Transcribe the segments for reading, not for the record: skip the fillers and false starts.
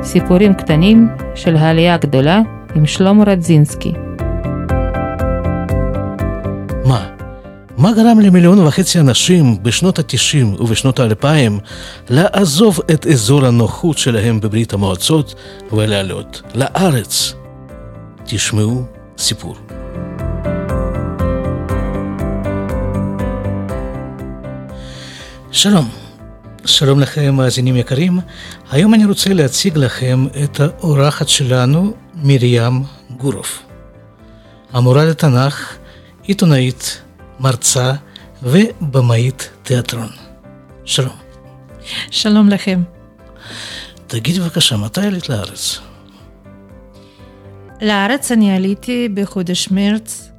סיפורים קטנים של העלייה הגדולה עם שלמה רדזינסקי. מה גרם ל1.5 מיליון אנשים בשנות ה-90 ובשנות ה-2000 לעזוב את אזור הנוחות שלהם בברית המועצות ולעלות לארץ? תשמעו סיפור. שלום לכם מאזינים יקרים. היום אני רוצה להציג לכם את האורחת שלנו, מרים גורוב. המורה לתנ"ך, עיתונאית, מרצה ובמאית תיאטרון. שלום. שלום לכם. תגידי בבקשה, מתי עלית לארץ? לארץ אני עליתי בחודש מרץ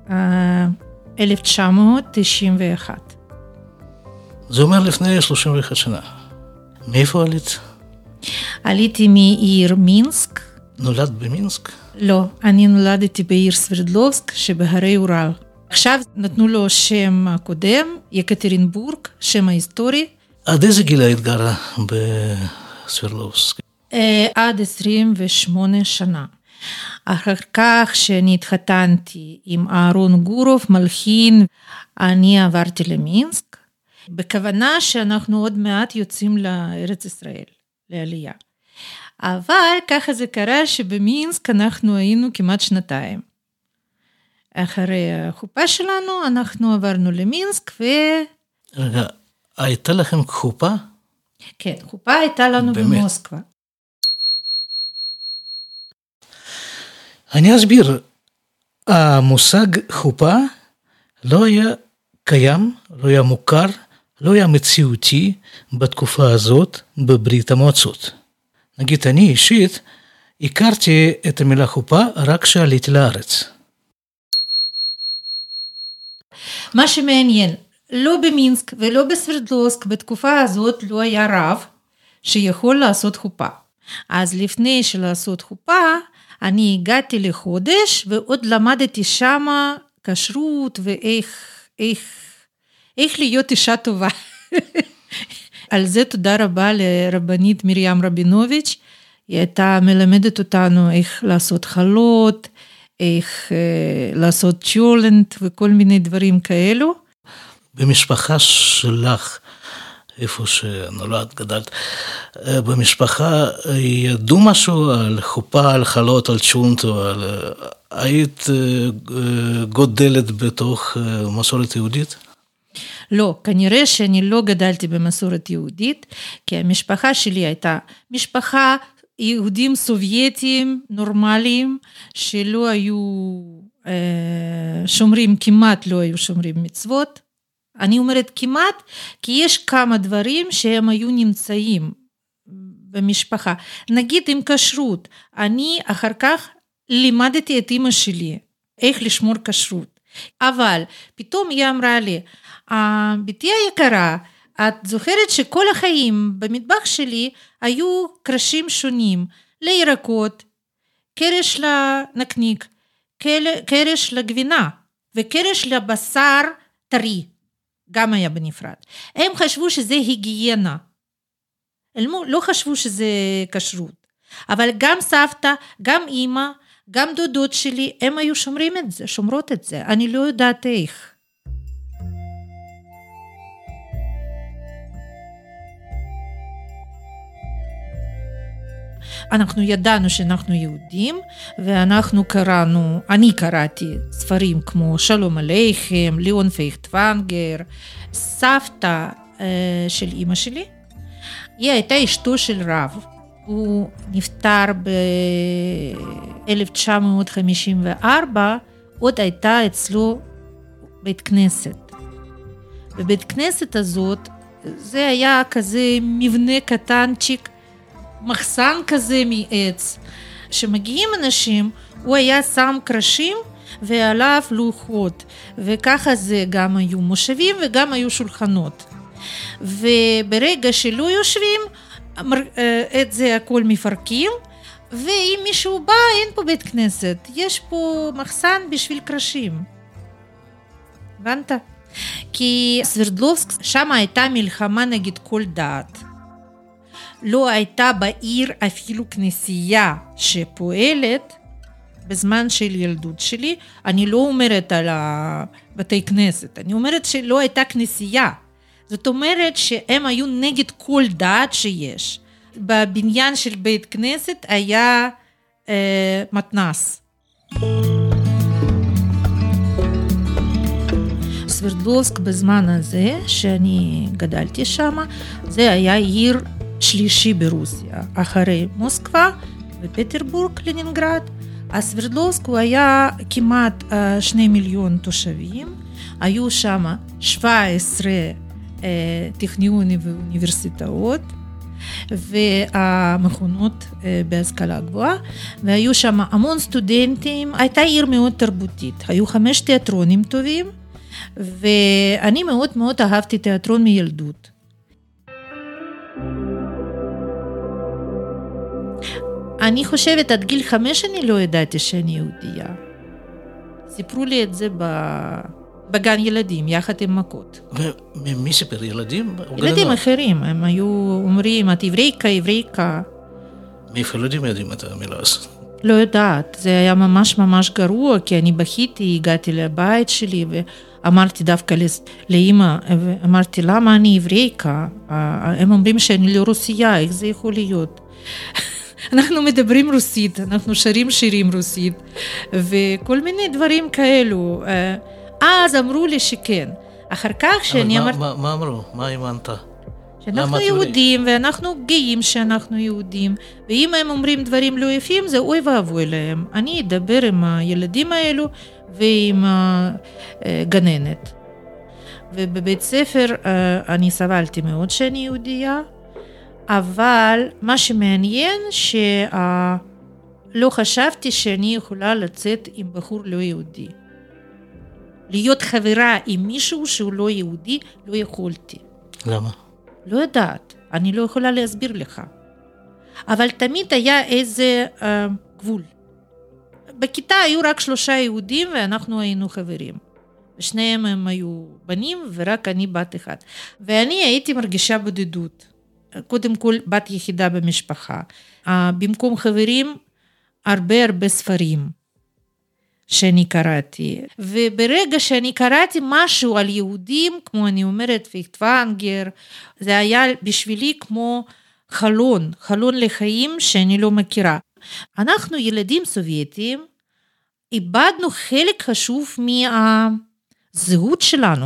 1991. זה אומר לפני 31 שנה. מאיפה עלית? עליתי מעיר מינסק. נולדת במינסק? לא, אני נולדתי בעיר סברדלובסק שבהרי אורל. עכשיו נתנו לו שם הקודם, יקטרינבורג, שם ההיסטורי. עד איזה גיל היית גרה בסברדלובסק? עד 28 שנה. אחר כך שאני התחתנתי עם אהרון גורוב, מלחין, אני עברתי למינסק. בכוונה שאנחנו עוד מעט יוצאים לארץ ישראל, לעלייה. אבל ככה זה קרה שבמינסק אנחנו היינו כמעט שנתיים. אחרי החופה שלנו אנחנו עברנו למינסק רגע, הייתה לכם חופה? כן, חופה הייתה לנו באמת? במוסקבה. אני אסביר. המושג חופה לא היה קיים, לא היה מוכר, לא היה מציאותי בתקופה הזאת בברית המועצות. נגיד, אני אישית הכרתי את המילה חופה רק כשעליתי לארץ. מה שמעניין, לא במינסק ולא בסברדלובסק בתקופה הזאת לא היה רב שיכול לעשות חופה. אז לפני שלעשות חופה, אני הגעתי לחודש ועוד למדתי שמה כשרות ואיך להיות אישה טובה. על זה תודה רבה לרבנית מרים רבינוביץ'. היא הייתה מלמדת אותנו איך לעשות חלות, איך לעשות צ'ולנט וכל מיני דברים כאלו. במשפחה שלך, איפה שנולדת, גדלת, במשפחה ידעו משהו על חופה, על חלות, על צ'ולנט, היית גודלת בתוך מסורת יהודית? לא, כנראה שאני לא גדלתי במסורת יהודית, כי המשפחה שלי הייתה משפחה יהודים סובייטים נורמליים, שלא היו שומרים, כמעט לא היו שומרים מצוות. אני אומרת כמעט, כי יש כמה דברים שהם היו נמצאים במשפחה. נגיד עם כשרות, אני אחר כך לימדתי את אמא שלי, איך לשמור כשרות. אבל פתאום היא אמרה לי, ביתי היקרה, את זוכרת שכל החיים במטבח שלי היו קרשים שונים, לירקות, קרש לנקניק, קרש לגבינה, וקרש לבשר טרי, גם היה בנפרד. הם חשבו שזה היגיינה, לא חשבו שזה כשרות, אבל גם סבתא, גם אמא, גם דודות שלי, הם היו שומרות את זה, אני לא יודעת איך. אנחנו ידענו שאנחנו יהודים, ואנחנו אני קראתי ספרים כמו שלום עליכם, ליאון פייכטוונגר, סבתא של אמא שלי, היא הייתה אשתו של רב, הוא נפטר ב-1954, עוד הייתה אצלו בית כנסת. בבית כנסת הזאת, זה היה כזה מבנה קטנצ'יק, מחסן כזה מעץ, שמגיעים אנשים, הוא היה שם קרשים ועליו לוחות, וככה זה גם היו מושבים וגם היו שולחנות. וברגע שלא יושבים, את זה הכל מפרקים, ואם מישהו בא, אין פה בית כנסת, יש פה מחסן בשביל קרשים. הבנת? כי סברדלובסק, שם הייתה מלחמה נגד כל דת. לא הייתה בעיר אפילו כנסייה שפועלת בזמן של ילדות שלי. אני לא אומרת על בתי כנסת, אני אומרת שלא הייתה כנסייה. זאת אומרת שהם היו נגד כל דת שיש. בבניין של בית כנסת היה מתנ"ס. סברדלובסק בזמן הזה שאני גדלתי שם, זה היה עיר שלישי ברוסיה, אחרי מוסקבה ופטרבורג, לנינגרד. סברדלובסק הוא היה כמעט 2 מיליון תושבים, היו שם 17 טכניונים ואוניברסיטאות, והמכונות בהשכלה גבוהה, והיו שם המון סטודנטים, הייתה עיר מאוד תרבותית, היו 5 תיאטרונים טובים, ואני מאוד מאוד אהבתי תיאטרון מילדות. אני חושבת, עד גיל 5 אני לא ידעתי שאני יהודייה. סיפרו לי את זה בגן ילדים, יחד עם מכות. ומי סיפר? ילדים? ילדים אחרים, הם היו אומרים, את עבריקה, עבריקה. מאיפה ילדים יודעים את המילה הזאת? לא יודעת, זה היה ממש ממש גרוע, כי אני בכיתי, הגעתי לבית שלי, ואמרתי דווקא לאמא, ואמרתי, למה אני עבריקה? הם אומרים שאני לא רוסייה, איך זה יכול להיות? אנחנו מדברים רוסית, אנחנו שרים שירים רוסית, וכל מיני דברים כאלו. אז אמרו לי שכן. אחר כך שאני אמרתי... מה אמרו? מה האמנת? שאנחנו יהודים, ואנחנו גאים שאנחנו יהודים, ואם הם אומרים דברים לא יפים, זה אוי ואבוי להם. אני אדבר עם הילדים האלו ועם הגננת. ובבית ספר אני סבלתי מאוד שאני יהודייה, אבל מה שמעניין שלא חשבתי שאני יכולה לצאת עם בחור לא יהודי. להיות חברה עם מישהו שהוא לא יהודי, לא יכולתי. למה? לא יודעת, אני לא יכולה להסביר לך. אבל תמיד היה איזה גבול. בכיתה היו רק 3 יהודים ואנחנו היינו חברים. ושניהם הם היו בנים ורק אני בת אחת. ואני הייתי מרגישה בודדות. קודם כל בת יחידה במשפחה. במקום חברים, הרבה ספרים. שאני קראתי, וברגע שאני קראתי משהו על יהודים, כמו אני אומרת, פייכטוונגר, זה היה בשבילי כמו חלון לחיים שאני לא מכירה. אנחנו ילדים סובייטים, איבדנו חלק חשוב מהזהות שלנו.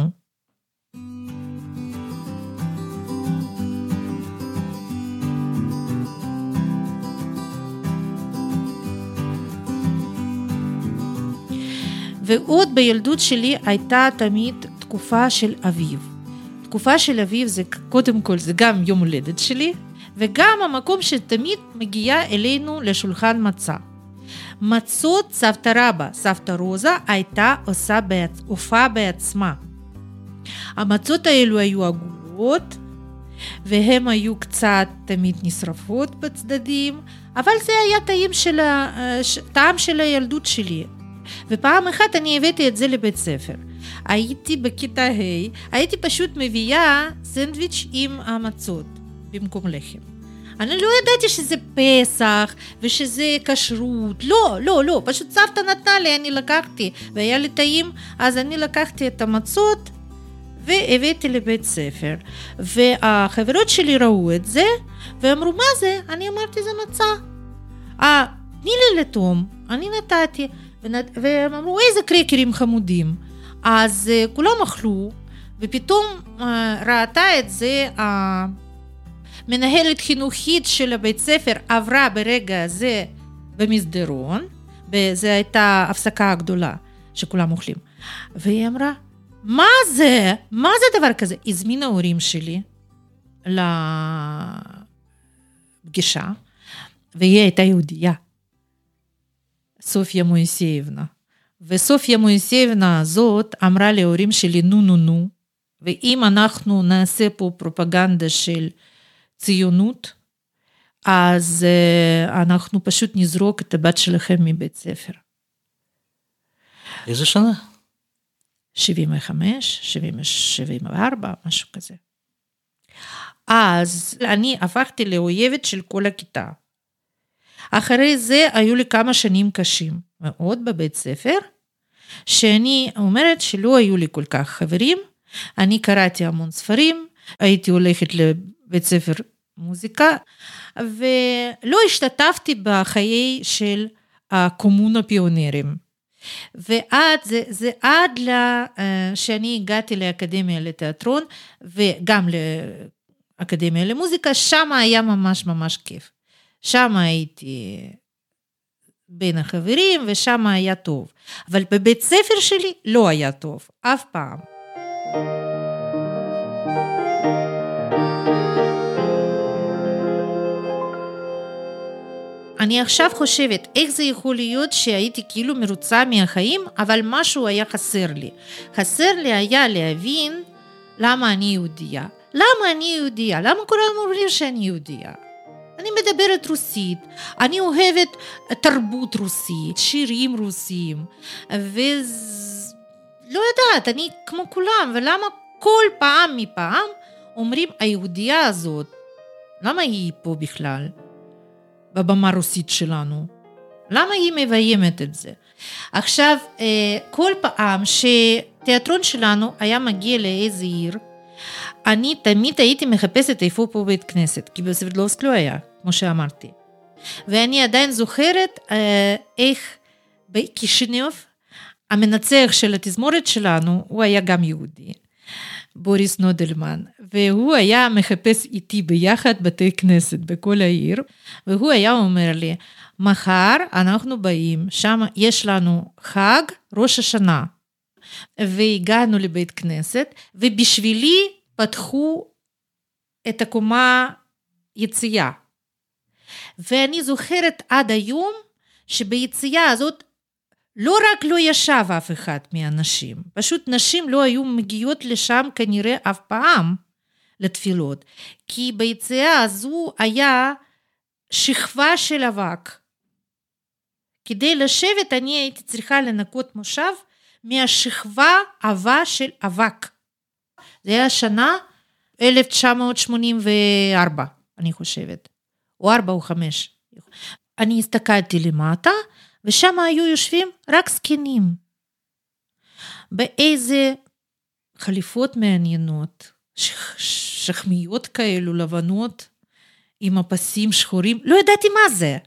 ועוד בילדות שלי הייתה תמיד תקופה של אביב. תקופה של אביב זה קודם כל, זה גם יום הולדת שלי, וגם המקום שתמיד מגיעה אלינו לשולחן מצה. מצות סבתא רבא, סבתא רוזה, הייתה עופה בעצמה. המצות האלו היו עגולות, והן היו קצת תמיד נשרפות בצדדים, אבל זה היה טעם של הילדות שלי. ופעם אחת אני הבאתי את זה לבית ספר. הייתי בכיתה ה', הייתי פשוט מביאה סנדוויץ' עם המצות במקום לחם. אני לא ידעתי שזה פסח ושזה כשרות, לא, פשוט סבתא נתנה לי, אני לקחתי, והיה לי טעים, אז אני לקחתי את המצות והבאתי לבית ספר. והחברות שלי ראו את זה, ואמרו, מה זה? אני אמרתי, זה מצה. תני לי לתום, אני נתתי. והם אמרו, איזה קרקרים חמודים. אז כולם אכלו, ופתאום ראתה את זה, המנהלת חינוכית של הבית ספר עברה ברגע הזה במסדרון, וזו הייתה הפסקה גדולה שכולם אוכלים. והיא אמרה, מה זה? מה זה דבר כזה? הזמינה ההורים שלי לפגישה, והיא הייתה יהודייה. סופיה מויסייבנה. וסופיה מויסייבנה הזאת אמרה להורים שלי, נו, ואם אנחנו נעשה פה פרופגנדה של ציונות, אז אנחנו פשוט נזרוק את הבת שלכם מבית ספר. איזה שנה? 75, 74, משהו כזה. אז אני הפכתי לאויבת של כל הכיתה. אחרי זה היו לי כמה שנים קשים מאוד בבית ספר, שאני אומרת שלא היו לי כל כך חברים, אני קראתי המון ספרים, הייתי הולכת לבית ספר מוזיקה, ולא השתתפתי בחיי של הקומונה פיונרים. ועד, זה עד שאני הגעתי לאקדמיה לתיאטרון, וגם לאקדמיה למוזיקה, שם היה ממש ממש כיף. שם הייתי בין החברים, ושם היה טוב. אבל בבית ספר שלי לא היה טוב, אף פעם. אני עכשיו חושבת, איך זה יכול להיות שהייתי כאילו מרוצה מהחיים, אבל משהו היה חסר לי. חסר לי היה להבין למה אני יהודייה. למה אני יהודייה? למה כולם אומרים שאני יהודייה? אני מדברת רוסית, אני אוהבת תרבות רוסית, שירים רוסיים, ולא יודעת, אני כמו כולם, ולמה כל פעם מפעם אומרים, היהודייה הזאת, למה היא פה בכלל? בבמה רוסית שלנו. למה היא מביימת את זה? עכשיו, כל פעם שתיאטרון שלנו היה מגיע לאיזה עיר, אני תמיד הייתי מחפשת איפה פה בית כנסת, כי בסברדלובסק לא היה, כמו שאמרתי. ואני עדיין זוכרת איך בקישינב, המנצח של התזמורת שלנו, הוא היה גם יהודי, בוריס נודלמן, והוא היה מחפש איתי ביחד בתי כנסת בכל העיר, והוא היה אומר לי, מחר אנחנו באים, שם יש לנו חג ראש השנה, והגענו לבית כנסת, ובשבילי פתחו את הקומה יציאה. ואני זוכרת עד היום, שביציאה הזאת, לא רק לא ישב אף אחד מהאנשים, פשוט נשים לא היו מגיעות לשם כנראה אף פעם לתפילות, כי ביציאה הזו היה שכבה של אבק. כדי לשבת אני הייתי צריכה לנקות מושב מהשכבה עבה של אבק. זה היה שנה 1984, אני חושבת, או 4 או 5. אני הסתכלתי למטה, ושם היו יושבים רק זקנים. באיזה חליפות מעניינות, שחמיות כאלו לבנות, עם הפסים שחורים, לא ידעתי מה זה.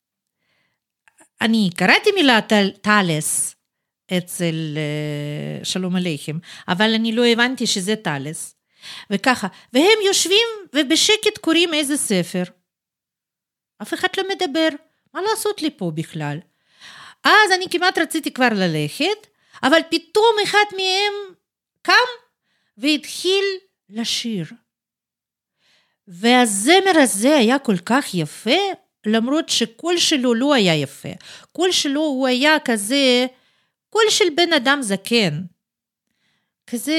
אני קראתי מילה טלס אצל שלום עליכם, אבל אני לא הבנתי שזה טלס. וככה, והם יושבים ובשקט קוראים איזה ספר. אף אחד לא מדבר, מה לעשות לי פה בכלל? אז אני כמעט רציתי כבר ללכת, אבל פתאום אחד מהם קם והתחיל לשיר. והזמר הזה היה כל כך יפה, למרות שקול שלו לא היה יפה. קול שלו הוא היה כזה, קול של בן אדם זקן. כזה...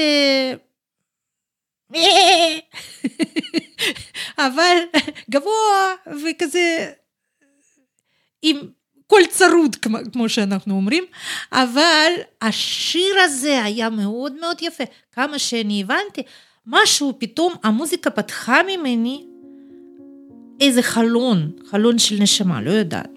אבל גבוה וכזה עם קול צרוד כמו שאנחנו אומרים, אבל השיר הזה היה מאוד מאוד יפה. כמה שאני הבנתי, משהו פתאום המוזיקה פתחה ממני איזה חלון של נשמה, לא יודעת.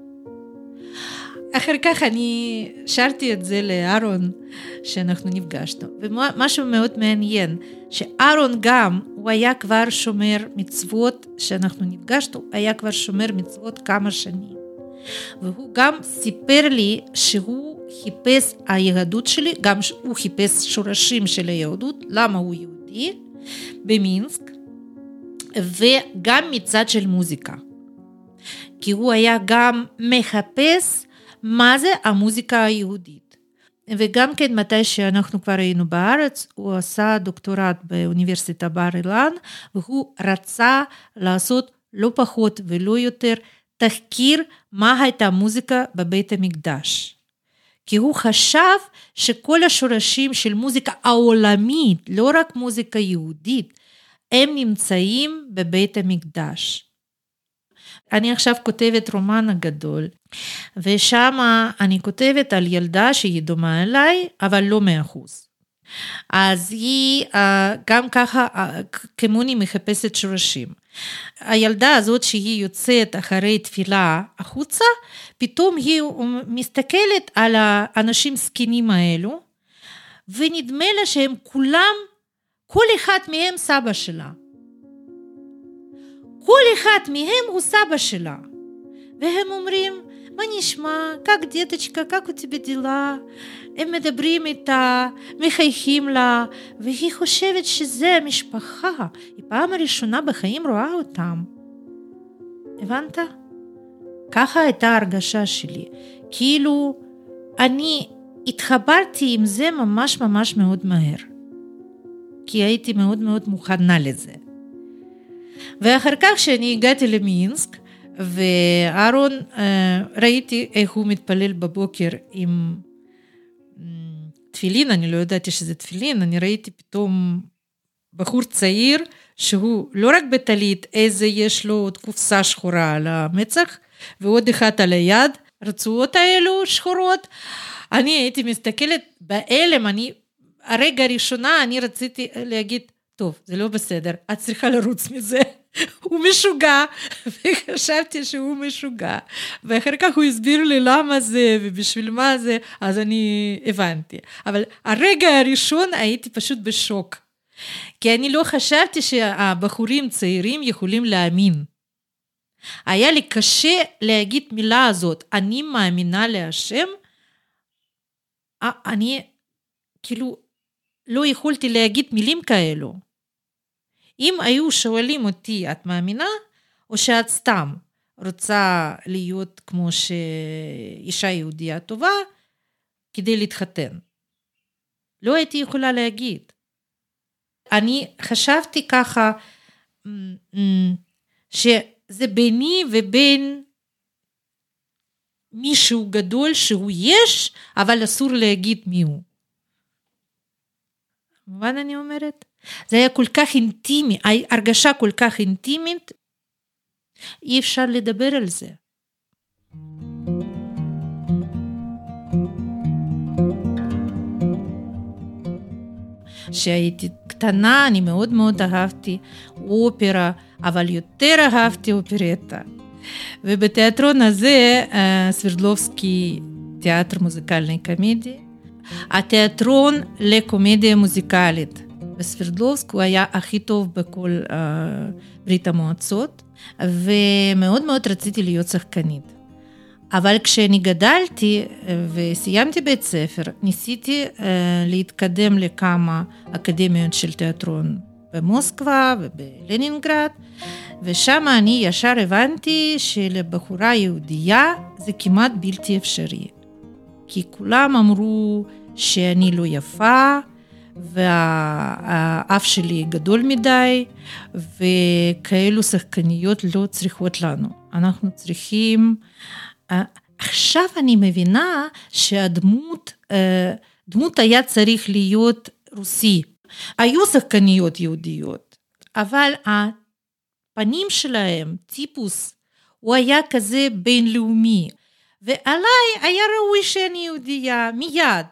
אחר כך אני שרתי את זה לארון שאנחנו נפגשנו, ומשהו מאוד מעניין, שארון גם, הוא היה כבר שומר מצוות, שאנחנו נפגשנו, היה כבר שומר מצוות כמה שנים. והוא גם סיפר לי שהוא חיפש היהדות שלי, גם הוא חיפש שורשים של היהדות, למה הוא יהודי, במינסק, וגם מצד של מוזיקה. כי הוא היה גם מחפש מה זה המוזיקה היהודית. וגם כן מתי שאנחנו כבר היינו בארץ, הוא עשה דוקטורט באוניברסיטת בר אילן, והוא רצה לעשות לא פחות ולא יותר תחקיר מה הייתה מוזיקה בבית המקדש. כי הוא חשב שכל השורשים של מוזיקה העולמית, לא רק מוזיקה יהודית, הם נמצאים בבית המקדש. אני עכשיו כותבת רומן הגדול, ושם אני כותבת על ילדה שהיא דומה אליי, אבל לא 100%. אז היא גם ככה כמוני מחפשת שורשים. הילדה הזאת שהיא יוצאת אחרי תפילה החוצה, פתאום היא מסתכלת על האנשים סקינים האלו, ונדמה לה שהם כולם, כל אחד מהם סבא שלה. כל אחד מהם הוא סבא שלה. והם אומרים, מה נשמע? как деточка, как у тебя дела? הם מדברים איתה, מחייכים לה, והיא חושבת שזה המשפחה. היא פעם הראשונה בחיים רואה אותם. הבנת? ככה הייתה הרגשה שלי. כאילו, אני התחברתי עם זה ממש ממש מאוד מהר. כי הייתי מאוד מאוד מוכנה לזה. ואחר כך שאני הגעתי למינסק, ואהרון, ראיתי איך הוא מתפלל בבוקר עם תפילין, אני לא ידעתי שזה תפילין, אני ראיתי פתאום בחור צעיר, שהוא לא רק בטלית, איזה יש לו עוד קופסה שחורה על המצח, ועוד אחד על היד, רצועות האלו שחורות, אני הייתי מסתכלת באלם, הרגע הראשונה אני רציתי להגיד, טוב, זה לא בסדר, את צריכה לרוץ מזה, הוא משוגע, וחשבתי שהוא משוגע, ואחר כך הוא הסביר לי למה זה, ובשביל מה זה, אז אני הבנתי, אבל הרגע הראשון הייתי פשוט בשוק, כי אני לא חשבתי שהבחורים צעירים יכולים להאמין, היה לי קשה להגיד מילה הזאת, אני מאמינה להשם, אני כאילו לא יכולתי להגיד מילים כאלו, אם היו שואלים אותי, את מאמינה? או שאת סתם רוצה להיות כמו שאישה יהודיה טובה, כדי להתחתן. לא הייתי יכולה להגיד. אני חשבתי ככה, שזה ביני ובין מישהו גדול שהוא יש, אבל אסור להגיד מי הוא. מובן אני אומרת? זה היה כל כך אינטימי, הרגשה כל כך אינטימית, אי אפשר לדבר על זה. כשהייתי קטנה, אני מאוד מאוד אהבתי אופרה, אבל יותר אהבתי אופרטה. ובתיאטרון הזה, סברדלובסקי תיאטר מוזיקלני קומדי, התיאטרון לקומדיה מוזיקלית. בסברדלובסק הוא היה הכי טוב בכל ברית המועצות, ומאוד מאוד רציתי להיות שחקנית. אבל כשאני גדלתי וסיימתי בית ספר, ניסיתי להתקדם לכמה אקדמיות של תיאטרון במוסקבה ובלנינגרד, ושם אני ישר הבנתי שלבחורה יהודייה זה כמעט בלתי אפשרי. כי כולם אמרו שאני לא יפה, והאף שלי גדול מדי, וכאלו שחקניות לא צריכות לנו. אנחנו צריכים, עכשיו אני מבינה שהדמות היה צריך להיות רוסי. היו שחקניות יהודיות, אבל הפנים שלהם, טיפוס, הוא היה כזה בינלאומי, ועליי היה ראוי שאני יהודייה מיד.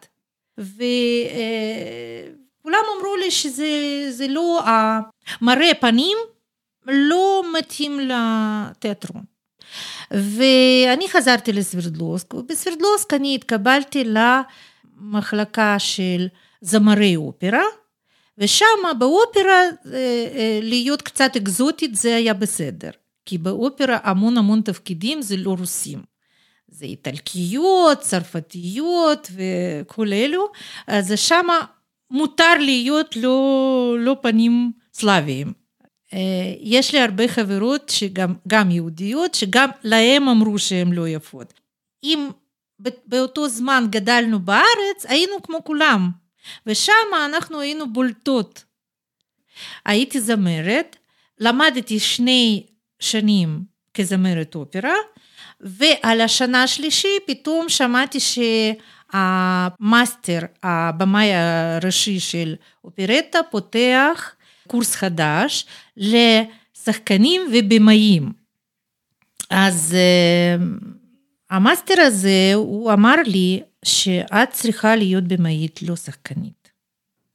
וכולם אמרו לי שזה לא, המראה פנים לא מתאים לתיאטרון. ואני חזרתי לסברדלובסק, ובסברדלובסק אני התקבלתי למחלקה של זמרי אופרה, ושם באופרה להיות קצת אקזוטית זה היה בסדר, כי באופרה המון תפקידים זה לא רוסים. זה איטלקיות, צרפתיות וכל אלו, אז שם מותר להיות לא פנים סלאביים. יש לי הרבה חברות שגם יהודיות, שגם להם אמרו שהן לא יפות. אם באותו זמן גדלנו בארץ, היינו כמו כולם, ושם אנחנו היינו בולטות. הייתי זמרת, למדתי 2 שנים כזמרת אופרה, ועל השנה השלישי פתאום שמעתי שהמאסטר, הבמאי הראשי של אופרטה, פותח קורס חדש לשחקנים ובמאים. אז המאסטר הזה, הוא אמר לי שאת צריכה להיות במאית, לא שחקנית.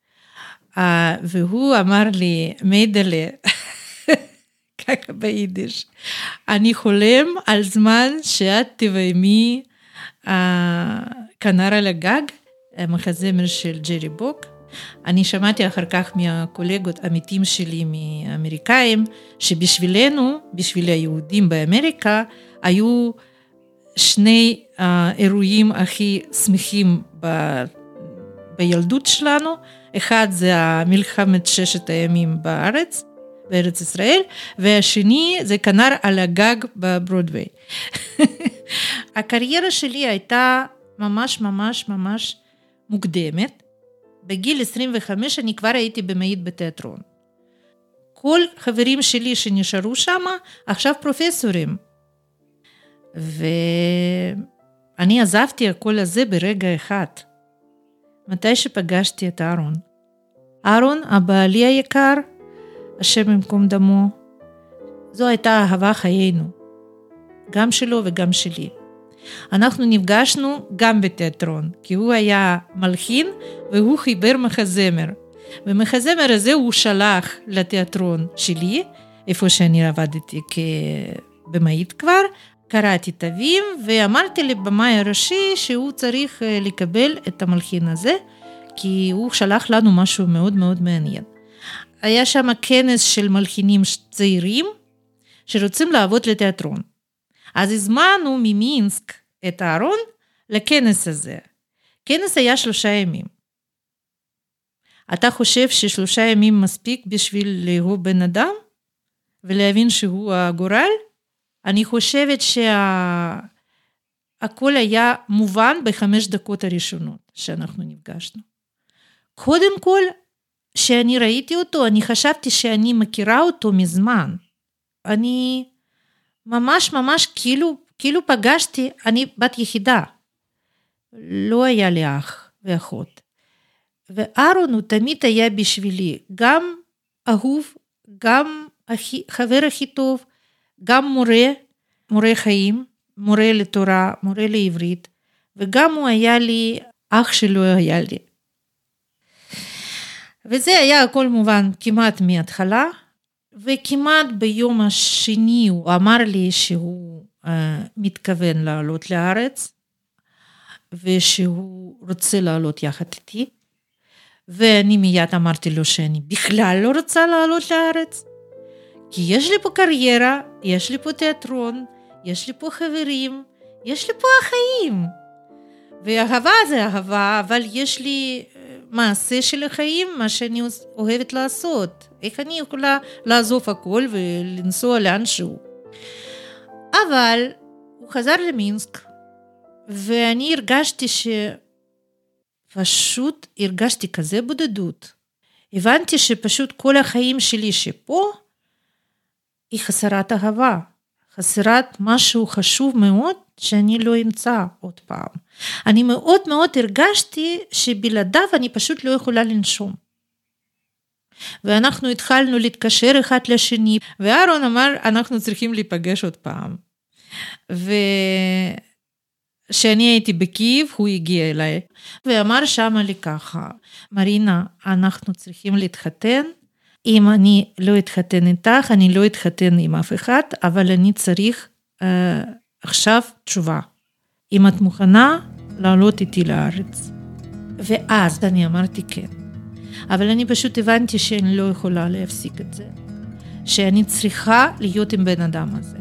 והוא אמר לי, מיידלה, ככה ביידיש, אני חולם על זמן שאת תביימי כנר על הגג, מחזמר של ג'רי בוק. אני שמעתי אחר כך מהקולגות עמיתים שלי מאמריקאים, שבשבילנו, בשביל היהודים באמריקה, היו שני האירועים הכי שמחים בילדות שלנו. אחד זה מלחמת ששת הימים בארץ ישראל, והשני זה כנר על הגג בברודווי. הקריירה שלי הייתה ממש מוקדמת. בגיל 25 אני כבר הייתי במאית בתיאטרון. כל חברים שלי שנשארו שם, עכשיו פרופסורים. ואני עזבתי הכל הזה ברגע אחד. מתי שפגשתי את אהרון. אהרון, הבעלי היקר, השם במקום דמו, זו הייתה אהבה חיינו. גם שלו וגם שלי. אנחנו נפגשנו גם בתיאטרון, כי הוא היה מלחין והוא חיבר מחזמר. ומחזמר הזה הוא שלח לתיאטרון שלי, איפה שאני עבדתי כבמאית כבר, קראתי תווים ואמרתי לבמאי הראשי שהוא צריך לקבל את המלחין הזה, כי הוא שלח לנו משהו מאוד מאוד מעניין. היה שם כנס של מלחינים צעירים שרוצים לעבוד לתיאטרון. אז הזמנו ממינסק את אהרון לכנס הזה. כנס היה 3 ימים. אתה חושב ש3 ימים מספיק בשביל לאהוב בן אדם ולהבין שהוא הגורל? אני חושבת שהכל היה מובן ב5 דקות הראשונות שאנחנו נפגשנו. קודם כל, כשאני ראיתי אותו, אני חשבתי שאני מכירה אותו מזמן. אני ממש כאילו פגשתי, אני בת יחידה. לא היה לי אח ואחות. ואהרון הוא תמיד היה בשבילי גם אהוב, גם חבר הכי טוב, גם מורה חיים, מורה לתורה, מורה לעברית, וגם הוא היה לי אח שלא היה לי. וזה היה הכל מובן כמעט מההתחלה, וכמעט ביום השני הוא אמר לי שהוא מתכוון לעלות לארץ, ושהוא רוצה לעלות יחד איתי, ואני מיד אמרתי לו שאני בכלל לא רוצה לעלות לארץ, כי יש לי פה קריירה, יש לי פה תיאטרון, יש לי פה חברים, יש לי פה החיים. ואהבה זה אהבה, אבל יש לי מעשה של החיים, מה שאני אוהבת לעשות. איך אני יכולה לעזוב הכל ולנסוע לאנשהו. אבל הוא חזר למינסק, ואני הרגשתי פשוט הרגשתי כזה בודדות. הבנתי שפשוט כל החיים שלי שפה, היא חסרת אהבה. חסרת משהו חשוב מאוד שאני לא אמצא עוד פעם. אני מאוד מאוד הרגשתי שבלעדיו אני פשוט לא יכולה לנשום. ואנחנו התחלנו להתקשר אחד לשני, ואהרון אמר, אנחנו צריכים להיפגש עוד פעם. כשאני הייתי בקייב, הוא הגיע אליי, ואמר שמה לי ככה, מרינה, אנחנו צריכים להתחתן, אם אני לא אתחתן איתך, אני לא אתחתן עם אף אחד, אבל אני צריך עכשיו תשובה. אם את מוכנה לעלות איתי לארץ. ואז אני אמרתי כן. אבל אני פשוט הבנתי שאני לא יכולה להפסיק את זה. שאני צריכה להיות עם בן אדם הזה.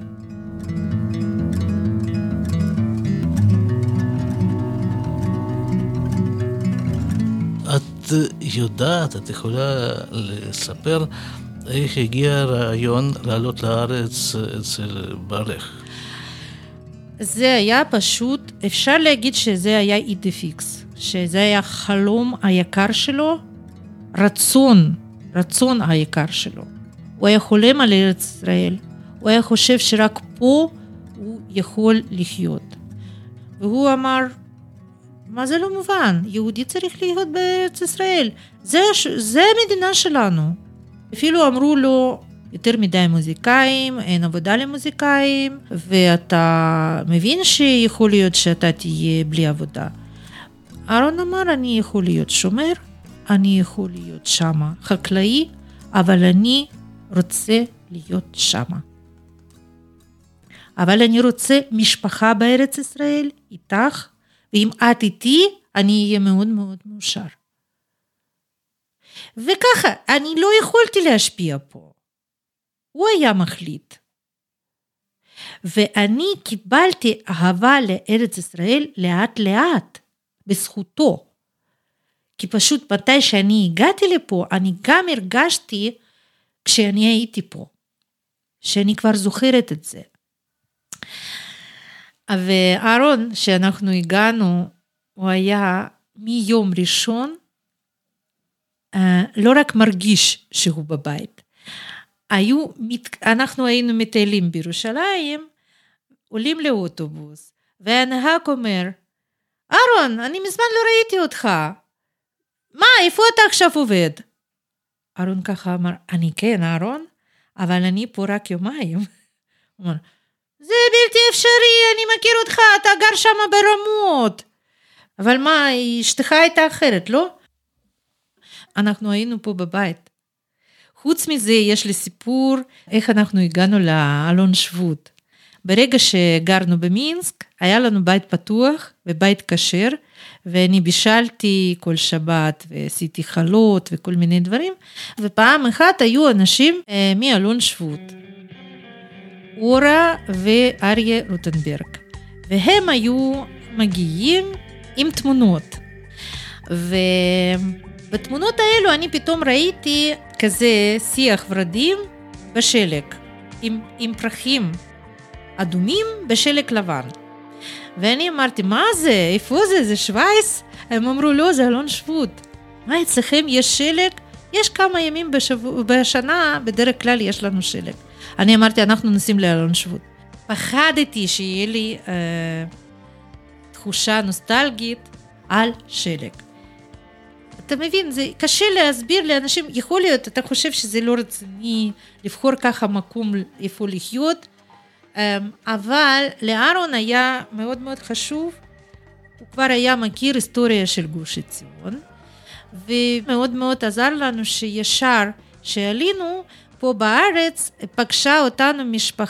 את יודעת, את יכולה לספר איך הגיע הרעיון לעלות לארץ אצל בעלך? זה היה פשוט, אפשר להגיד שזה היה אידי פיקס, שזה היה חלום היקר שלו, רצון היקר שלו. הוא היה חולם על ארץ ישראל, הוא היה חושב שרק פה הוא יכול לחיות. והוא אמר, מה זה לא מובן? יהודי צריך להיות בארץ ישראל. זה המדינה שלנו. אפילו אמרו לו, יותר מדי מוזיקאים, אין עבודה למוזיקאים, ואתה מבין שיכול להיות שאתה תהיה בלי עבודה. אהרון אמר, אני יכול להיות שומר, אני יכול להיות שמה? חקלאי, אבל אני רוצה להיות שמה. אבל אני רוצה משפחה בארץ ישראל, איתך, ואם את איתי, אני אהיה מאוד מאוד מאושר. וככה, אני לא יכולתי להשפיע פה. הוא היה מחליט. ואני קיבלתי אהבה לארץ ישראל לאט לאט, בזכותו. כי פשוט מתי שאני הגעתי לפה, אני גם הרגשתי כשאני הייתי פה. שאני כבר זוכרת את זה. ואהרון, שאנחנו הגענו, הוא היה מיום ראשון, לא רק מרגיש שהוא בבית. אנחנו היינו מטיילים בירושלים, עולים לאוטובוס, והנהג אומר, אהרון, אני מזמן לא ראיתי אותך. מה, איפה אתה עכשיו עובד? אהרון ככה אמר, אני כן, אהרון, אבל אני פה רק יומיים. הוא אמר, זה בלתי אפשרי, אני מכיר אותך, אתה גר שם ברמות. אבל מה, אשתך הייתה אחרת, לא? אנחנו היינו פה בבית. חוץ מזה, יש לי סיפור איך אנחנו הגענו לאלון שבות. ברגע שגרנו במינסק, היה לנו בית פתוח ובית כשר, ואני בישלתי כל שבת, ועשיתי חלות וכל מיני דברים, ופעם אחת היו אנשים מאלון שבות. אורה ואריה רוטנברג. והם היו מגיעים עם תמונות. ובתמונות האלו אני פתאום ראיתי כזה שיח ורדים בשלג, עם פרחים אדומים בשלג לבן. ואני אמרתי, מה זה? איפה זה? זה שווייס? הם אמרו, לא, זה אלון שבות. מה, אצלכם יש שלג? יש כמה ימים בשנה, בדרך כלל יש לנו שלג. אני אמרתי, אנחנו נסים לאלון שבות. פחדתי שיהיה לי תחושה נוסטלגית על שלג. אתה מבין, זה קשה להסביר לאנשים, יכול להיות, אתה חושב שזה לא רציני, לבחור ככה מקום איפה לחיות, אבל לאהרון היה מאוד מאוד חשוב, הוא כבר היה מכיר היסטוריה של גוש עציון, ומאוד מאוד עזר לנו שישר שעלינו פה בארץ, פגשה אותנו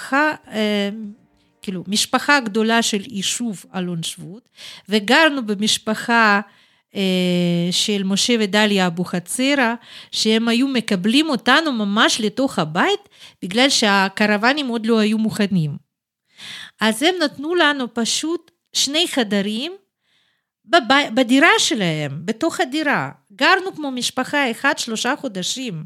משפחה גדולה של יישוב אלון שבות, וגרנו במשפחה של משה ודליה אבוחצירא, שהם היו מקבלים אותנו ממש לתוך הבית, בגלל שהקרוונים עוד לא היו מוכנים. אז הם נתנו לנו פשוט 2 חדרים, בדירה שלהם, בתוך הדירה. גרנו כמו משפחה 3 חודשים.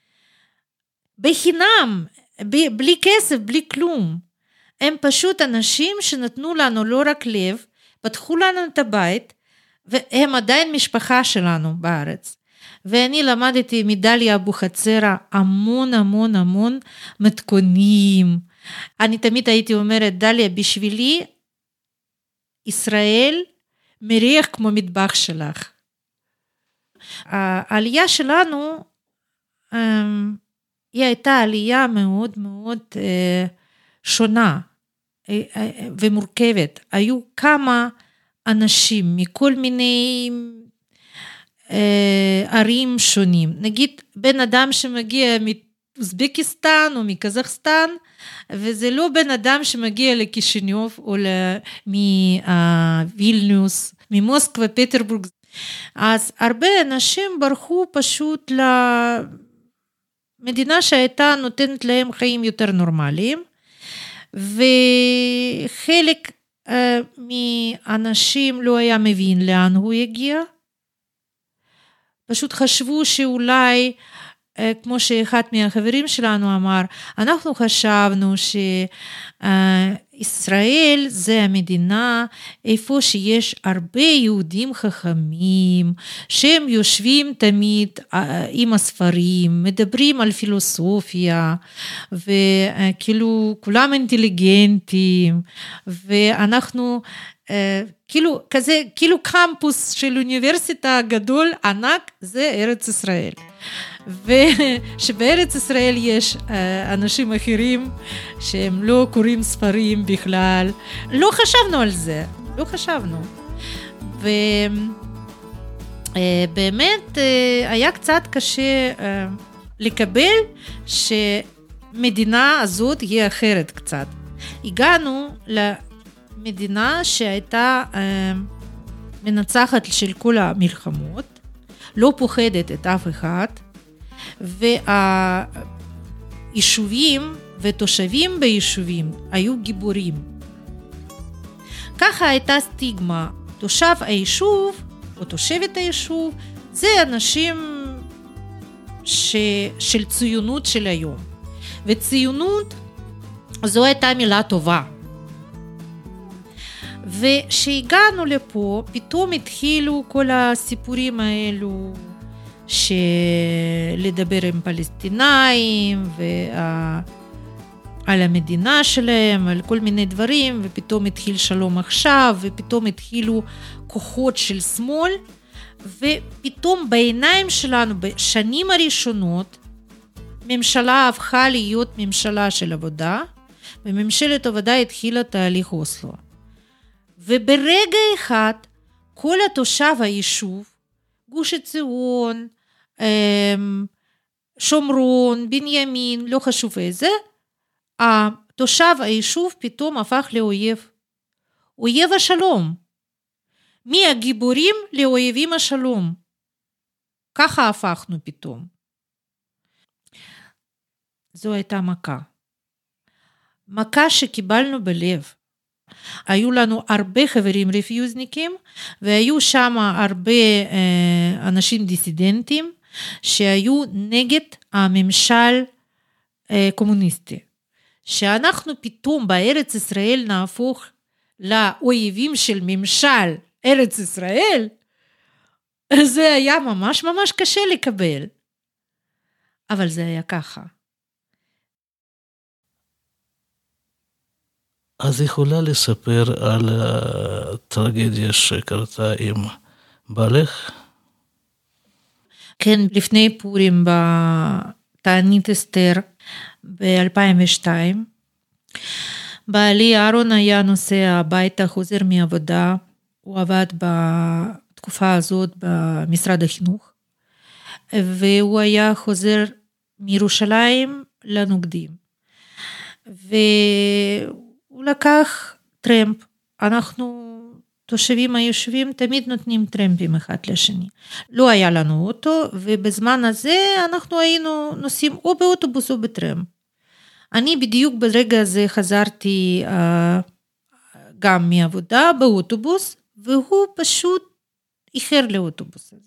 בחינם, בלי כסף, בלי כלום. הם פשוט אנשים שנתנו לנו לא רק לב, פתחו לנו את הבית, והם עדיין משפחה שלנו בארץ. ואני למדתי מדליה אבוחצירא המון המון המון מתכונים. אני תמיד הייתי אומרת, דליה, בשבילי, ישראל מריח כמו מטבח שלך. העלייה שלנו, היא הייתה עלייה מאוד מאוד שונה ומורכבת. היו כמה אנשים מכל מיני ערים שונים. נגיד בן אדם שמגיע מאוזבקיסטן או מקזחסטן, וזה לא בן אדם שמגיע לקישיניוב או מווילניוס, ממוסקבה, פטרבורג. אז הרבה אנשים ברחו פשוט למדינה שהייתה נותנת להם חיים יותר נורמליים, וחלק מאנשים לא היה מבין לאן הוא יגיע, פשוט חשבו שאולי, כמו שאחד מהחברים שלנו אמר, אנחנו חשבנו שישראל זה המדינה איפה שיש הרבה יהודים חכמים, שהם יושבים תמיד עם הספרים, מדברים על פילוסופיה, וכאילו כולם אינטליגנטים, ואנחנו כאילו קמפוס של אוניברסיטה גדול ענק, זה ארץ ישראל. ושבארץ ישראל יש אנשים אחרים שהם לא קוראים ספרים בכלל. לא חשבנו על זה, לא חשבנו. באמת היה קצת קשה לקבל שמדינה הזאת היא אחרת קצת. הגענו למדינה שהייתה מנצחת של כל המלחמות, לא פוחדת את אף אחד, והיישובים ותושבים ביישובים היו גיבורים. ככה הייתה סטיגמה, תושב היישוב או תושבת היישוב, זה אנשים של ציונות של היום. וציונות זו הייתה מילה טובה. ושהגענו לפה, פתאום התחילו כל הסיפורים האלו, שלדבר עם פלסטינאים, על המדינה שלהם, על כל מיני דברים, ופתאום התחיל שלום עכשיו, ופתאום התחילו כוחות של שמאל, ופתאום בעיניים שלנו, בשנים הראשונות, ממשלה הפכה להיות ממשלה של עבודה, וממשלת עבודה התחילה תהליך אוסלו. וברגע אחד, כל התושב היישוב, גוש עציון, שומרון, בנימין, לא חשוב איזה, התושב היישוב פתאום הפך לאויב. אויב השלום. מהגיבורים לאויבים השלום. ככה הפכנו פתאום. זו הייתה מכה. מכה שקיבלנו בלב. היו לנו הרבה חברים רפיוזניקים, והיו שם הרבה אנשים דיסידנטים, שהיו נגד הממשל קומוניסטי. שאנחנו פתאום בארץ ישראל נהפוך לאויבים של ממשל ארץ ישראל, זה היה ממש ממש קשה לקבל. אבל זה היה ככה. אז יכולה לספר על הטרגדיה שקרתה עם בעלך? כן, לפני פורים בתענית אסתר ב-2002, בעלי אהרון היה נוסע הביתה, חוזר מעבודה, הוא עבד בתקופה הזאת במשרד החינוך, והוא היה חוזר מירושלים לנוקדים, והוא לקח טרמפ. אנחנו תושבים היישובים תמיד נותנים טרמפים אחד לשני. לא היה לנו אוטו, ובזמן הזה אנחנו היינו נוסעים או באוטובוס או בטרמפ. אני בדיוק ברגע הזה חזרתי גם מעבודה באוטובוס, והוא פשוט איחר לאוטובוס הזה.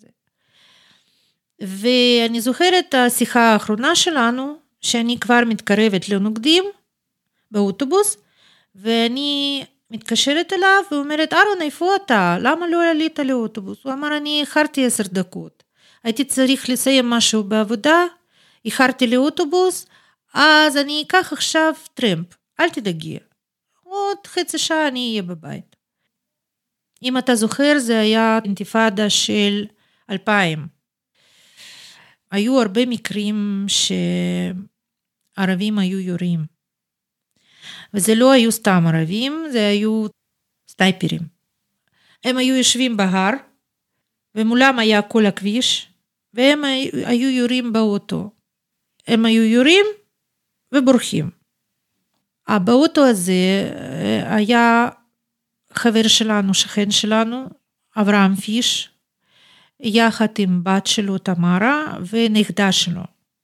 ואני זוכרת את השיחה האחרונה שלנו, שאני כבר מתקרבת לנוקדים באוטובוס, ואני מתקשרת אליו ואומרת, אהרון, איפה אתה? למה לא עלית לאוטובוס? הוא אמר, אני איחרתי 10 דקות. הייתי צריך לסיים משהו בעבודה, איחרתי לאוטובוס, אז אני אקח עכשיו טרמפ, אל תדאגי. עוד חצי שעה אני אהיה בבית. אם אתה זוכר, זה היה אינתיפאדה של 2000. היו הרבה מקרים שערבים היו יורים. וזה לא היו סתם ערבים, זה היו סטייפרים. הם היו יושבים בהר, ומולם היה כל הכביש, והם היו יורים באוטו. הם היו יורים ובורחים. באוטו הזה היה חבר שלנו, שכן שלנו, אברהם פיש, יחד עם בת שלו תמרה ונכדה שלו.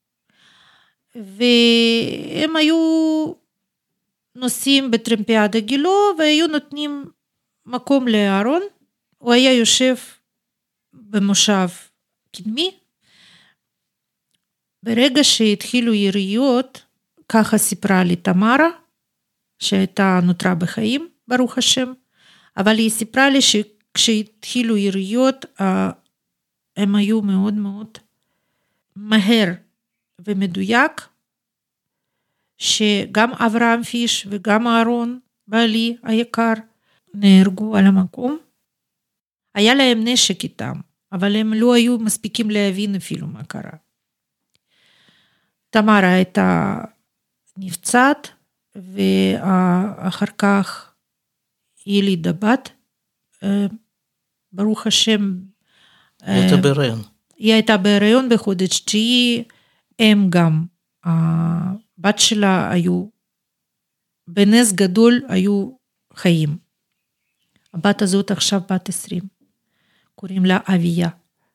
והם היו נוסעים בטרמפיאדה גילו, והיו נותנים מקום לאהרון, הוא היה יושב במושב קדמי. ברגע שהתחילו יריות, ככה סיפרה לי תמרה, שהייתה נותרה בחיים, ברוך השם, אבל היא סיפרה לי שכשהתחילו יריות, הם היו מאוד מאוד מהר ומדויק, שגם אברהם פיש וגם אהרון, בעלי היקר, נהרגו על המקום. היה להם נשק איתם, אבל הם לא היו מספיקים להבין אפילו מה קרה. תמרה הייתה נפצעת, ואחר כך היא ילידה בת, ברוך השם, הייתה בהיריון. היא הייתה בהיריון בחודש 9, הם גם, הבת שלה היו, בנס גדול היו חיים. הבת הזאת עכשיו בת 20, קוראים לה אביה.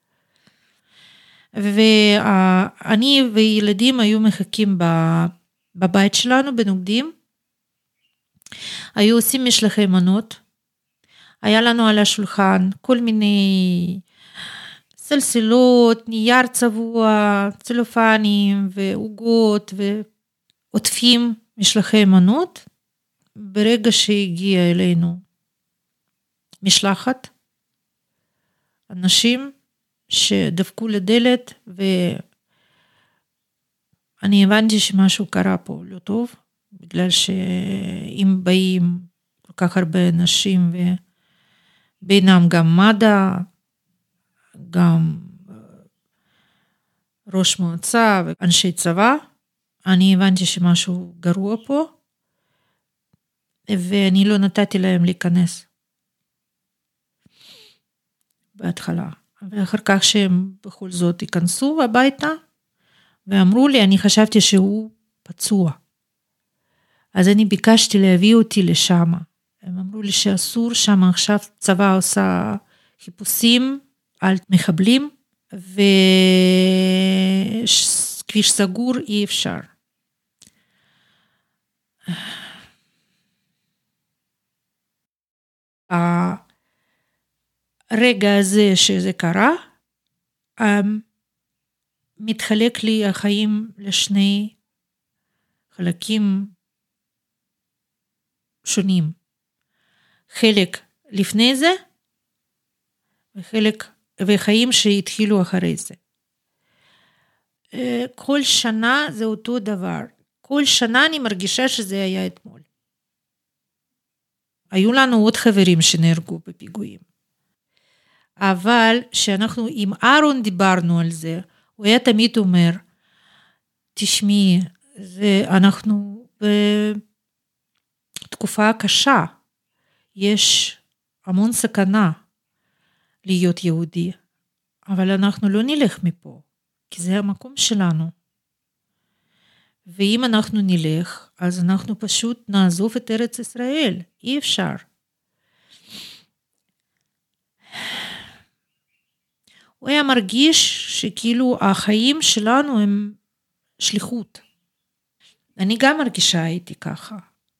ואני וילדים היו מחכים בבית שלנו בנוקדים, היו עושים משלחי מנות, היה לנו על השולחן כל מיני סלסילות, נייר צבוע, צלופנים ועוגות ועוטפים משלחי מנות. ברגע שהגיע אלינו משלחת, אנשים שדפקו לדלת, ואני הבנתי שמשהו קרה פה לא טוב, בגלל שאם באים כל כך הרבה אנשים, ובינם גם מד"א, גם ראש מועצה ואנשי צבא, אני הבנתי שמשהו גרוע פה, ואני לא נתתי להם להיכנס בהתחלה. ואחר כך שהם בכל זאת ייכנסו הביתה, ואמרו לי, אני חשבתי שהוא פצוע. אז אני ביקשתי להביא אותי לשם. הם אמרו לי שאסור שם, עכשיו צבא עושה חיפושים על מחבלים, וכביש סגור אי אפשר. הרגע הזה שזה קרה, מתחלק לי החיים לשני חלקים שונים. חלק לפני זה, וחיים שהתחילו אחרי זה. כל שנה זה אותו דבר. כל שנה אני מרגישה שזה היה אתמול. היו לנו עוד חברים שנהרגו בפיגועים. אבל שאנחנו עם אהרון דיברנו על זה, הוא היה תמיד אומר, תשמעי, אנחנו בתקופה קשה, יש המון סכנה להיות יהודי, אבל אנחנו לא נלך מפה, כי זה המקום שלנו. ואם אנחנו נלך, אז אנחנו פשוט נעזוב את ארץ ישראל, אי אפשר. הוא היה מרגיש שכאילו החיים שלנו הם שליחות. אני גם מרגישה הייתי ככה.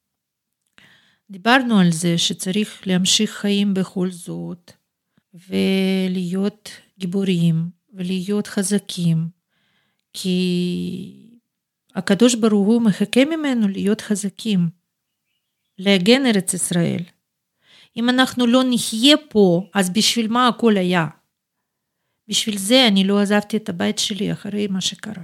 דיברנו על זה שצריך להמשיך חיים בכל זאת, ולהיות גיבורים, ולהיות חזקים, כי הקדוש ברוך הוא מחכה ממנו להיות חזקים, להגן ארץ ישראל. אם אנחנו לא נחיה פה, אז בשביל מה הכל היה? בשביל זה אני לא עזבתי את הבית שלי אחרי מה שקרה.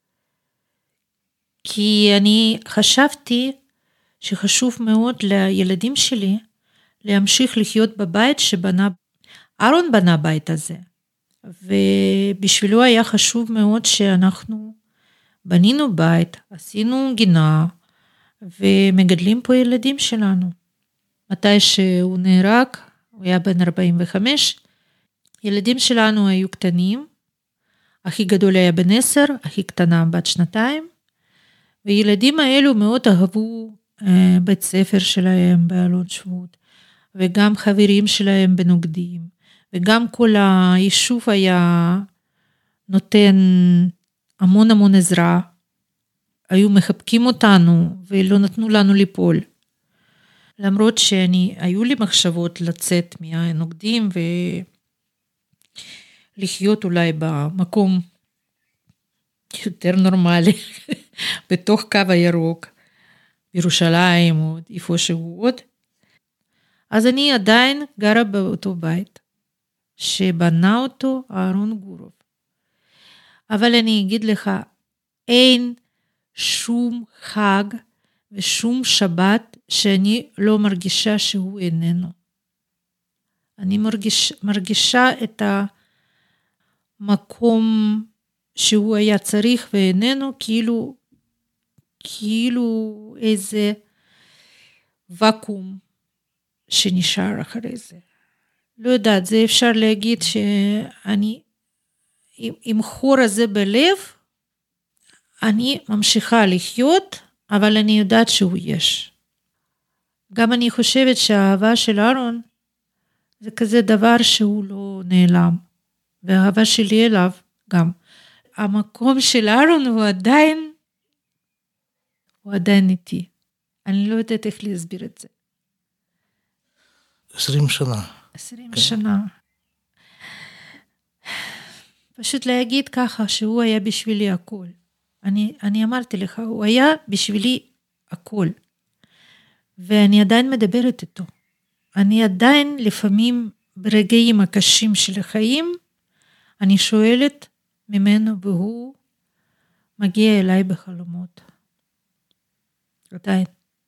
כי אני חשבתי שחשוב מאוד לילדים שלי להמשיך לחיות בבית שבנה, אהרון בנה בית הזה. ובשבילו היה חשוב מאוד שאנחנו בנינו בית, עשינו גינה, ומגדלים פה ילדים שלנו. מתי שהוא נהרג, הוא היה בן 45, ילדים שלנו היו קטנים, הכי גדול היה בן 10, הכי קטנה בת 2, וילדים האלו מאוד אהבו בית ספר שלהם באלון שבות, וגם חברים שלהם בנוקדים, וגם כל היישוב היה נותן המון עזרה, היו מחבקים אותנו ולא נתנו לנו ליפול. למרות היו לי מחשבות לצאת מהנוקדים ולחיות אולי במקום יותר נורמלי, בתוך קו הירוק, בירושלים או איפה שהוא עוד. אז אני עדיין גרה באותו בית, שבנה אותו אהרון גורוב. אבל אני אגיד לך, אין שום חג ושום שבת שאני לא מרגישה שהוא איננו. אני מרגישה את המקום שהוא היה צריך ואיננו, כאילו איזה וקום שנשאר אחרי זה. לא יודעת, זה אפשר להגיד שאני, עם חור הזה בלב, אני ממשיכה לחיות, אבל אני יודעת שהוא יש. גם אני חושבת שהאהבה של אהרון, זה כזה דבר שהוא לא נעלם. והאהבה שלי אליו גם. המקום של אהרון הוא עדיין איתי. אני לא יודעת איך להסביר את זה. 20 שנה. 20 שנה. פשוט להגיד ככה שהוא היה בשבילי הכל. אני אמרתי לך, הוא היה בשבילי הכל. ואני עדיין מדברת איתו. אני עדיין לפעמים ברגעים הקשים של החיים, אני שואלת ממנו והוא מגיע אליי בחלומות. עדיין.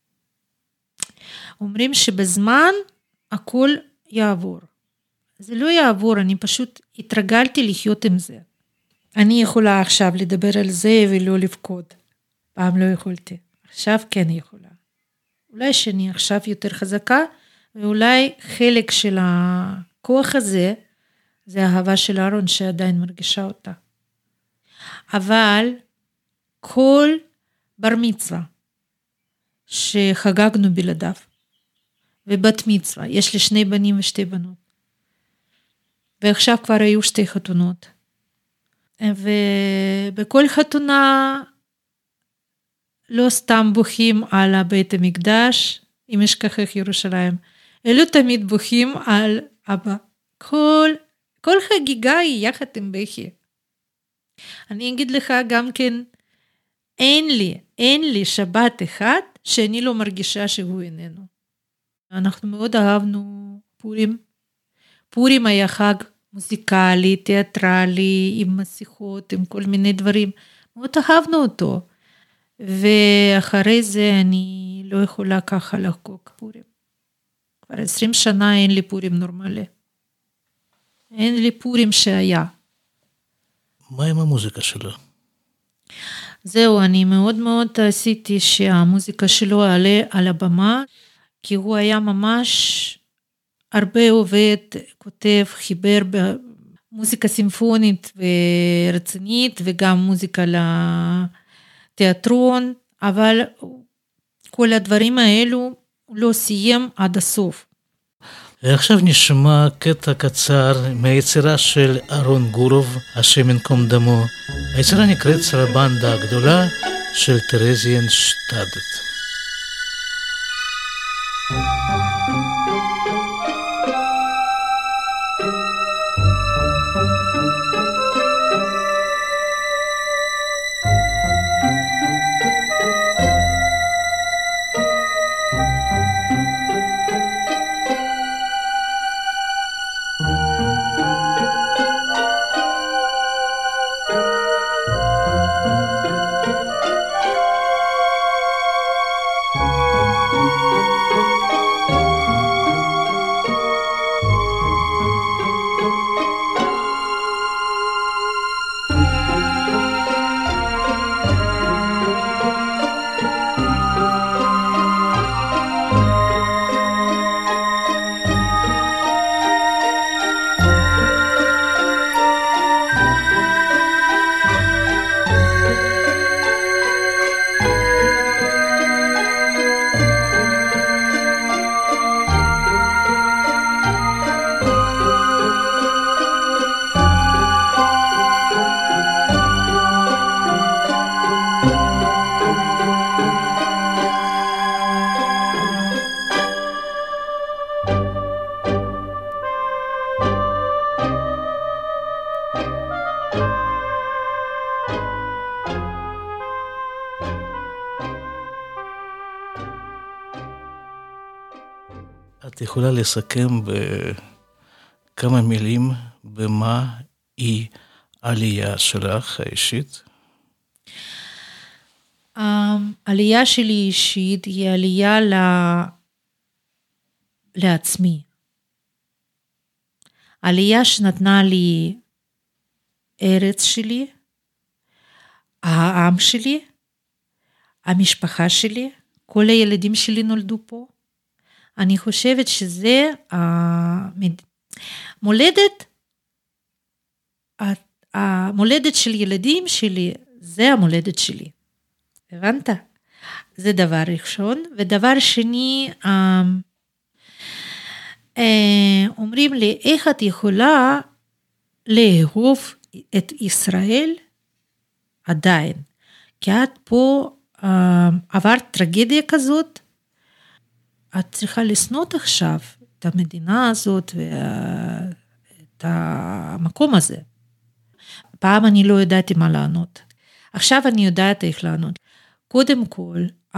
אומרים שבזמן הכל יעבור. זה לא יעבור, אני פשוט התרגלתי לחיות עם זה. אני יכולה עכשיו לדבר על זה ולא לבכות. פעם לא יכולתי. עכשיו כן יכולה. אולי שאני עכשיו יותר חזקה, ואולי חלק של הכוח הזה, זה האהבה של אהרון שעדיין מרגישה אותה. אבל כל בר מצווה שחגגנו בלעדיו, ובת מצווה, יש לי 2 בנים ו2 בנות, ועכשיו כבר היו 2 חתונות, ובכל חתונה לא סתם בוכים על בית המקדש, אם אשכחך ירושלים, אלו תמיד בוכים על אבא. כל חגיגה היא יחד עם בכי. אני אגיד לך גם כן, אין לי שבת אחד שאני לא מרגישה שהוא איננו. אנחנו מאוד אהבנו פורים. פורים היה חג מוזיקלי, תיאטרלי, עם מסכות, עם כל מיני דברים. מאוד אהבנו אותו. ואחרי זה אני לא יכולה ככה לחגוג פורים. כבר 20 שנה אין לי פורים נורמלי. אין לי פורים שהיה. מה עם המוזיקה שלו? זהו, אני מאוד מאוד עשיתי שהמוזיקה שלו עלה על הבמה, כי הוא היה ממש הרבה עובד, כותב, חיבר במוזיקה סימפונית ורצינית, וגם מוזיקה לתיאטרון, אבל כל הדברים האלו הוא לא סיים עד הסוף. עכשיו נשמע קטע קצר מהיצירה של אהרון גורוב, השם ינקום דמו. היצירה נקראת סרבנדה הגדולה של טרזיינשטאדט. את יכולה לסכם בכמה מילים במה היא עלייה שלך האישית? העלייה שלי אישית היא עלייה לעצמי. עלייה שנתנה לי ארץ שלי, העם שלי, המשפחה שלי, כל הילדים שלי נולדו פה. אני חושבת שזה המולדת של ילדים שלי, זה המולדת שלי. הבנת? זה דבר ראשון. ודבר שני, אומרים לי, איך את יכולה לאהוב את ישראל עדיין? כי את פה עברת טרגדיה כזאת, את צריכה לסנות עכשיו את המדינה הזאת ואת המקום הזה. פעם אני לא ידעתי מה לענות. עכשיו אני יודעת איך לענות. קודם כל,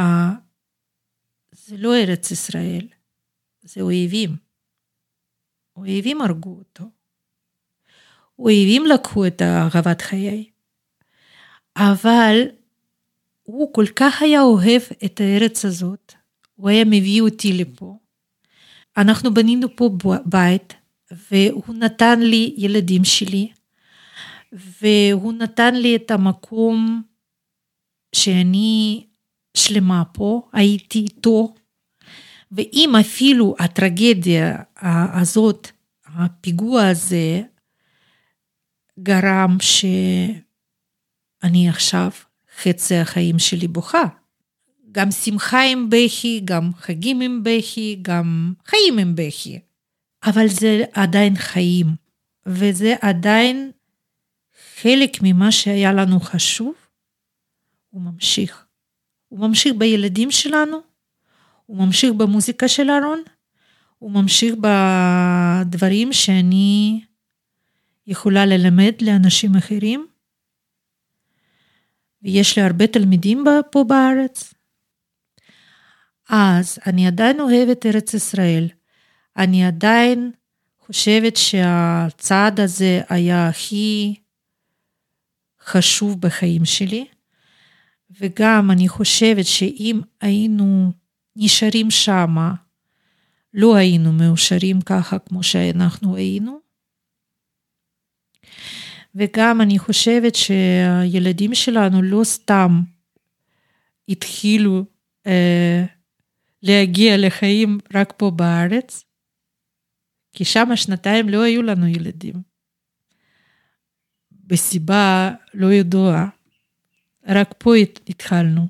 זה לא ארץ ישראל, זה אויבים. אויבים הרגו אותו. אויבים לקחו את אהבת חיי. אבל הוא כל כך היה אוהב את הארץ הזאת, הוא היה מביא אותי לפה. אנחנו בנינו פה בית, והוא נתן לי ילדים שלי, והוא נתן לי את המקום שאני שלמה פה, הייתי איתו, ואם אפילו הטרגדיה הזאת, הפיגוע הזה, גרם שאני עכשיו חצי החיים שלי בוכה. גם שמחה עם בכי, גם חגים עם בכי, גם חיים עם בכי. אבל זה עדיין חיים, וזה עדיין חלק ממה שהיה לנו חשוב, הוא ממשיך. הוא ממשיך בילדים שלנו, הוא ממשיך במוזיקה של אהרון, הוא ממשיך בדברים שאני יכולה ללמד לאנשים אחרים, ויש לי הרבה תלמידים פה בארץ. אז אני עדיין אוהבת ארץ ישראל, אני עדיין חושבת שהצעד הזה היה הכי חשוב בחיים שלי, וגם אני חושבת שאם היינו נשארים שם, לא היינו מאושרים ככה כמו שאנחנו היינו, וגם אני חושבת שהילדים שלנו לא סתם התחילו להגיע לחיים רק פה בארץ, כי שם שנתיים לא היו לנו ילדים. בסיבה לא ידועה, רק פה התחלנו.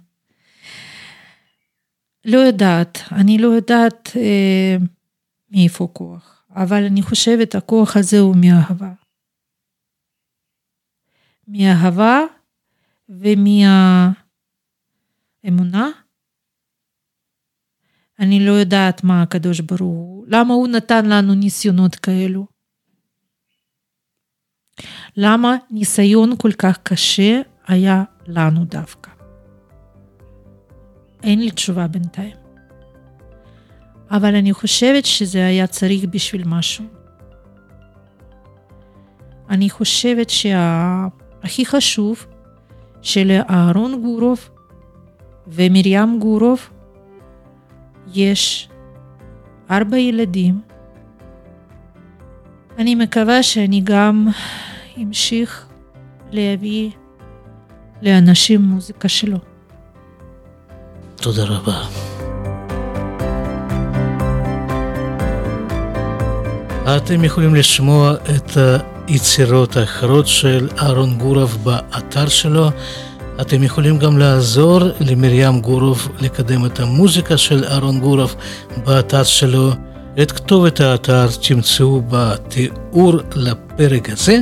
לא יודעת, אני לא יודעת מאיפה כוח, אבל אני חושבת הכוח הזה הוא מאהבה. מאהבה ומהאמונה. אני לא יודעת מה הקדוש ברוך הוא, למה הוא נתן לנו ניסיונות כאלו. למה ניסיון כל כך קשה היה לנו דווקא. אין לי תשובה בינתיים. אבל אני חושבת שזה היה צריך בשביל משהו. אני חושבת שהכי חשוב שלאהרון גורוב ומרים גורוב יש 4 ילדים. אני מקווה שאני גם אמשיך להביא לאנשים מוזיקה שלו. תודה רבה. אתם יכולים לשמוע את היצירות האחרות של אהרון גורוב באתר שלו. אתם יכולים גם לעזור למרים גורוב לקדם את המוזיקה של אהרון גורוב באתר שלו. את כתובת האתר תמצאו בתיאור לפרק הזה,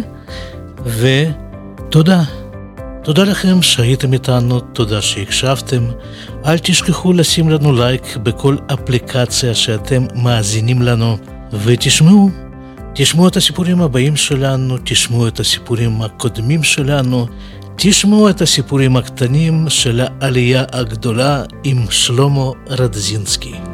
ותודה. תודה לכם שהייתם איתנו, תודה שהקשבתם. אל תשכחו לשים לנו לייק בכל אפליקציה שאתם מאזינים לנו, תשמעו את הסיפורים הבאים שלנו, תשמעו את הסיפורים הקודמים שלנו, תשמעו את הסיפורים הקטנים של העלייה הגדולה עם שלמה רדזינסקי.